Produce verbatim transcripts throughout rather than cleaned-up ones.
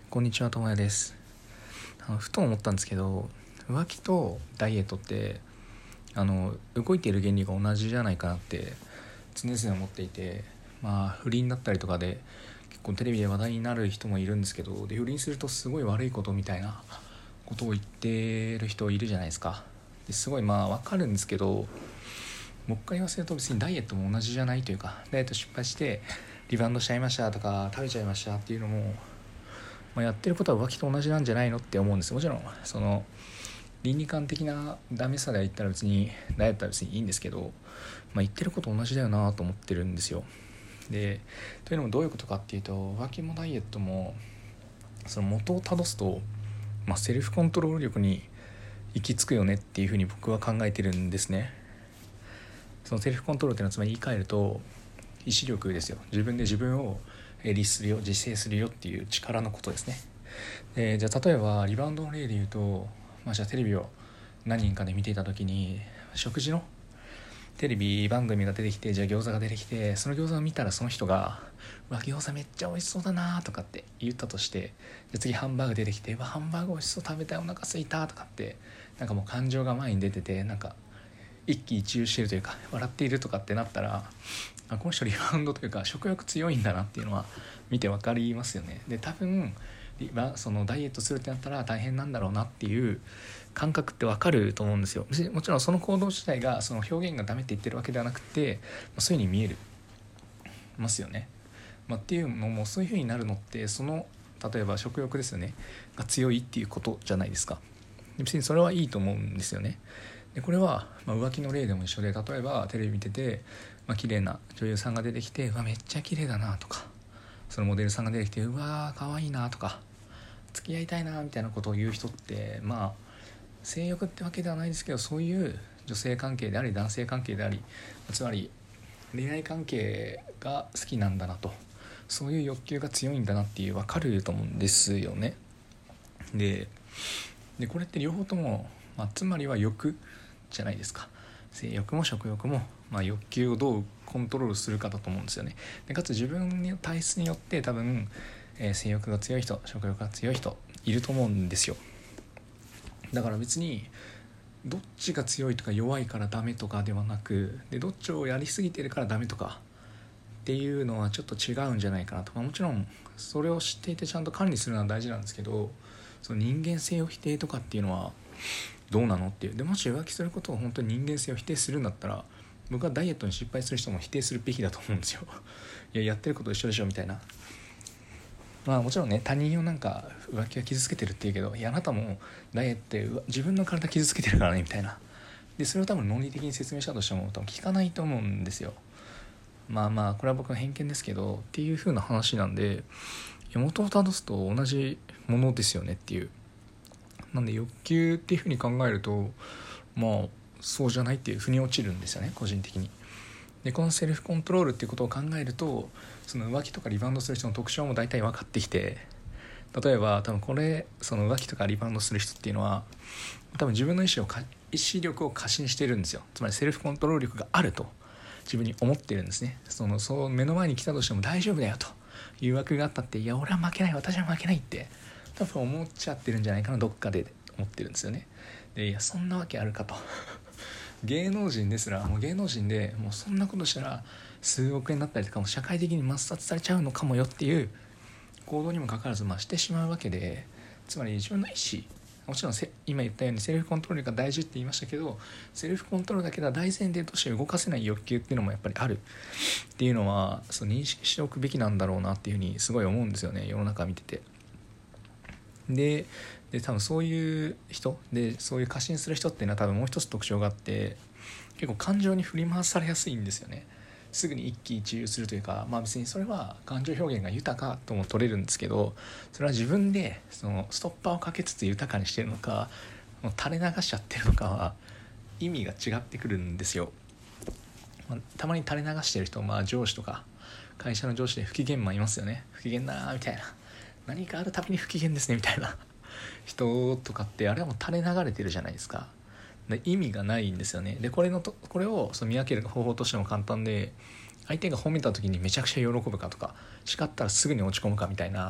こんにちは、ともやです。あのふと思ったんですけど、浮気とダイエットってあの動いている原理が同じじゃないかなって常々思っていて、まあ不倫だったりとかで結構テレビで話題になる人もいるんですけど、で不倫するとすごい悪いことみたいなことを言ってる人いるじゃないですか。ですごいまあわかるんですけど、僕から言わせると別にダイエットも同じじゃないというか、ダイエット失敗してリバウンドしちゃいましたとか食べちゃいましたっていうのも、まあ、やってることは浮気と同じなんじゃないのって思うんです。もちろんその倫理観的なダメさで言ったら別にダイエットは別にいいんですけど、まあ、言ってること同じだよなと思ってるんですよ。でというのもどういうことかっていうと、浮気もダイエットもその元をたどすと、まあ、セルフコントロール力に行き着くよねっていうふうに僕は考えてるんですね。そのセルフコントロールっていうのはつまり言い換えると意志力ですよ。自分で自分を律するよ、自制するよっていう力のことですね。でじゃあ例えばリバウンドの例で言うと、まあ、じゃあテレビを何人かで見ていた時に食事のテレビ番組が出てきて、じゃあ餃子が出てきて、その餃子を見たらその人がうわ餃子めっちゃ美味しそうだなとかって言ったとして、じゃあ次ハンバーグ出てきてうわハンバーグ美味しそう、食べたい、お腹すいたとかって、なんかもう感情が前に出てて、なんか一喜一憂しているというか笑っているとかってなったら、あこの人リバウンドというか食欲強いんだなっていうのは見て分かりますよね。で多分そのダイエットするってなったら大変なんだろうなっていう感覚って分かると思うんですよ。もちろんその行動自体がその表現がダメって言ってるわけではなくて、そういう風に見えるますよね。まあ、っていうのもそういう風になるのってその例えば食欲ですよねが強いっていうことじゃないですか。別にそれはいいと思うんですよね。でこれはまあ浮気の例でも一緒で、例えばテレビ見てて、まあ綺麗な女優さんが出てきてうわめっちゃ綺麗だなとか、そのモデルさんが出てきてうわ可愛いなとか付き合いたいなみたいなことを言う人って、まあ性欲ってわけではないですけど、そういう女性関係であり男性関係であり、つまり恋愛関係が好きなんだなと、そういう欲求が強いんだなっていう分かると思うんですよね。ででこれって両方とも、まあ、つまりは欲じゃないですか。性欲も食欲も、まあ、欲求をどうコントロールするかだと思うんですよね。でかつ自分の体質によって多分、えー、性欲が強い人、食欲が強い人いると思うんですよ。だから別にどっちが強いとか弱いからダメとかではなく、でどっちをやりすぎてるからダメとかっていうのはちょっと違うんじゃないかなと。まあ、もちろんそれを知っていてちゃんと管理するのは大事なんですけど、その人間性を否定とかっていうのはどうなのっていう。でもし浮気することを本当に人間性を否定するんだったら、僕はダイエットに失敗する人も否定するべきだと思うんですよ。いややってること一緒でしょみたいな。まあもちろんね、他人をなんか浮気は傷つけてるって言うけど、いやあなたもダイエットって自分の体傷つけてるからねみたいな。でそれを多分論理的に説明したとしても多分聞かないと思うんですよ。まあまあこれは僕の偏見ですけどっていう風な話なんで、元をたどすと同じものですよねっていう。なんで欲求っていう風に考えると、まあそうじゃないっていう腑に落ちるんですよね、個人的に。でこのセルフコントロールっていうことを考えると、その浮気とかリバウンドする人の特徴も大体分かってきて、例えば多分これその浮気とかリバウンドする人っていうのは多分自分の意思をか意志力を過信してるんですよ。つまりセルフコントロール力があると自分に思ってるんですね。そのそう目の前に来たとしても大丈夫だよと、誘惑があったって、いや俺は負けない、私は負けないって多分思っちゃってるんじゃないかな、どっかで思ってるんですよね。でいやそんなわけあるかと芸能人ですらもう芸能人でもうそんなことしたら数億円だったりとかも社会的に抹殺されちゃうのかもよっていう行動にもかかわらず、まあ、してしまうわけで、つまり自分の意思、もちろん今言ったようにセルフコントロールが大事って言いましたけど、セルフコントロールだけでは大前提として動かせない欲求っていうのもやっぱりあるっていうのは、その認識しておくべきなんだろうなっていうふうにすごい思うんですよね、世の中見てて。でで多分そういう人でそういう過信する人っていうのは多分もう一つ特徴があって、結構感情に振り回されやすいんですよね。すぐに一喜一憂するというか、まあ別にそれは感情表現が豊かとも取れるんですけど、それは自分でそのストッパーをかけつつ豊かにしてるのか、もう垂れ流しちゃってるのかは意味が違ってくるんですよ。まあ、たまに垂れ流してる人、まあ上司とか会社の上司で不機嫌マンいますよね。不機嫌だなみたいな、何かあるたびに不機嫌ですねみたいな人とかって、あれはもう垂れ流れてるじゃないですか。で意味がないんですよね。でこれのとこれをその見分ける方法としても簡単で、相手が褒めた時にめちゃくちゃ喜ぶかとか、叱ったらすぐに落ち込むかみたいな、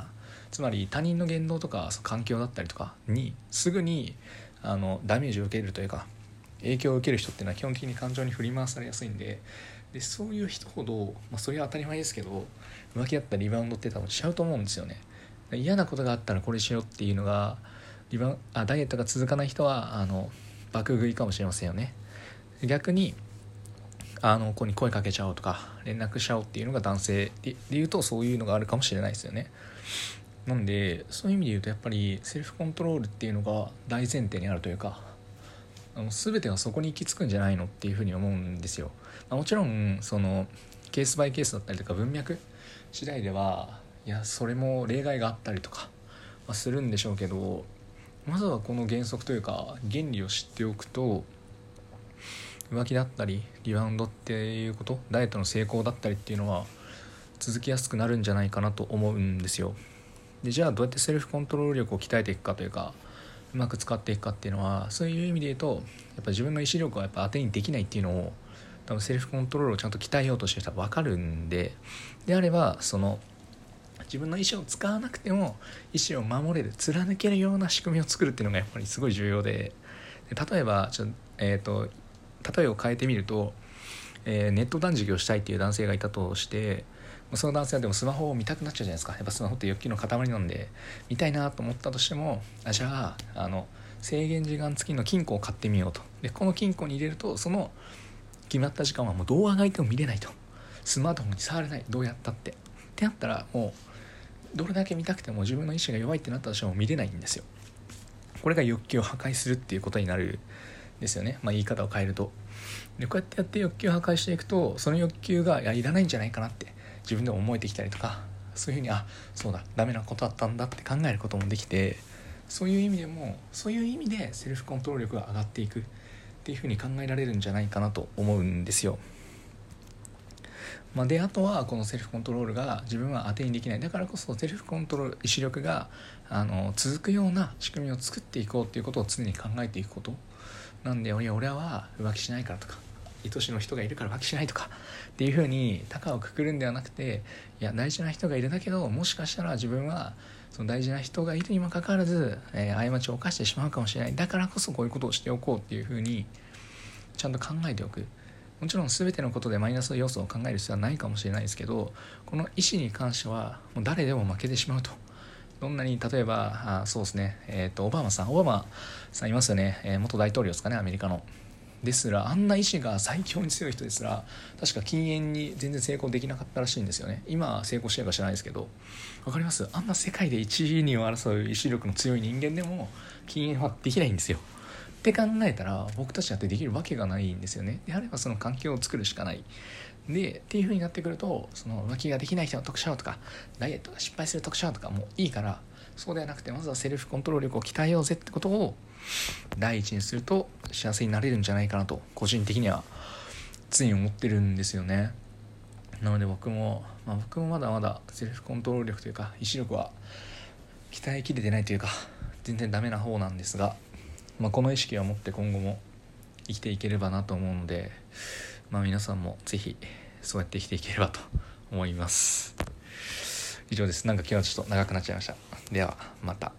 つまり他人の言動とかその環境だったりとかにすぐにあのダメージを受けるというか影響を受ける人っていうのは基本的に感情に振り回されやすいんで、でそういう人ほど、まあ、それは当たり前ですけど浮気だったりリバウンドって多分しちゃうと思うんですよね。嫌なことがあったらこれしようっていうのがリバウあダイエットが続かない人はあの爆食いかもしれませんよね。逆にあの子に声かけちゃおうとか連絡しちゃおうっていうのが男性で言うとそういうのがあるかもしれないですよね。なんでそういう意味で言うとやっぱりセルフコントロールっていうのが大前提にあるというか、あの全てはそこに行き着くんじゃないのっていうふうに思うんですよ。まあ、もちろんそのケースバイケースだったりとか文脈次第ではいやそれも例外があったりとか、まあ、するんでしょうけど、まずはこの原則というか原理を知っておくと浮気だったりリバウンドっていうこと、ダイエットの成功だったりっていうのは続きやすくなるんじゃないかなと思うんですよ。でじゃあどうやってセルフコントロール力を鍛えていくかというかうまく使っていくかっていうのは、そういう意味で言うとやっぱ自分の意志力はやっぱ当てにできないっていうのを多分セルフコントロールをちゃんと鍛えようとしてる人は分かるんで、であればその自分の意思を使わなくても意思を守れる貫けるような仕組みを作るっていうのがやっぱりすごい重要で、で例えばちょ、えーと例えを変えてみると、えー、ネット断食をしたいっていう男性がいたとして、その男性はでもスマホを見たくなっちゃうじゃないですか。やっぱスマホって欲求の塊なんで見たいなと思ったとしても、あじゃあ、あの制限時間付きの金庫を買ってみようと。でこの金庫に入れるとその決まった時間はもう動画がいても見れないと、スマートフォンに触れない、どうやったってってなったらもうどれだけ見たくても自分の意志が弱いってなったとしても見れないんですよ。これが欲求を破壊するっていうことになるんですよね。まあ言い方を変えると、でこうやってやって欲求を破壊していくとその欲求がいやいらないんじゃないかなって自分でも思えてきたりとか、そういうふうにあそうだダメなことだったんだって考えることもできて、そういう意味でもそういう意味でセルフコントロール力が上がっていくっていうふうに考えられるんじゃないかなと思うんですよ。まあ、であとはこのセルフコントロールが自分は当てにできない、だからこそセルフコントロール意志力があの続くような仕組みを作っていこうっていうことを常に考えていくことなんで、いや俺は浮気しないからとか愛しの人がいるから浮気しないとかっていう風に高をくくるんではなくて、いや大事な人がいるだけどもしかしたら自分はその大事な人がいるにもかかわらず、えー、過ちを犯してしまうかもしれない、だからこそこういうことをしておこうっていう風にちゃんと考えておく。もちろん全てのことでマイナス要素を考える必要はないかもしれないですけど、この意思に関してはもう誰でも負けてしまうと。どんなに例えばあそうですね、えーとオバマさんオバマさんいますよね、えー、元大統領ですかね、アメリカの。ですらあんな意志が最強に強い人ですら確か禁煙に全然成功できなかったらしいんですよね。今は成功してるか知らないですけど、わかります？あんな世界でいちいにを争う意志力の強い人間でも禁煙はできないんですよ。って考えたら僕たちだってできるわけがないんですよね。であればその環境を作るしかないでっていう風になってくると、その浮気ができない人の特徴とかダイエットが失敗する特徴とかもういいから、そうではなくてまずはセルフコントロール力を鍛えようぜってことを第一にすると幸せになれるんじゃないかなと個人的には常に思ってるんですよね。なので僕も、まあ、僕もまだまだセルフコントロール力というか意志力は鍛えきれてないというか全然ダメな方なんですが、まあ、この意識を持って今後も生きていければなと思うので、まあ、皆さんもぜひそうやって生きていければと思います。以上です。なんか今日はちょっと長くなっちゃいました。ではまた。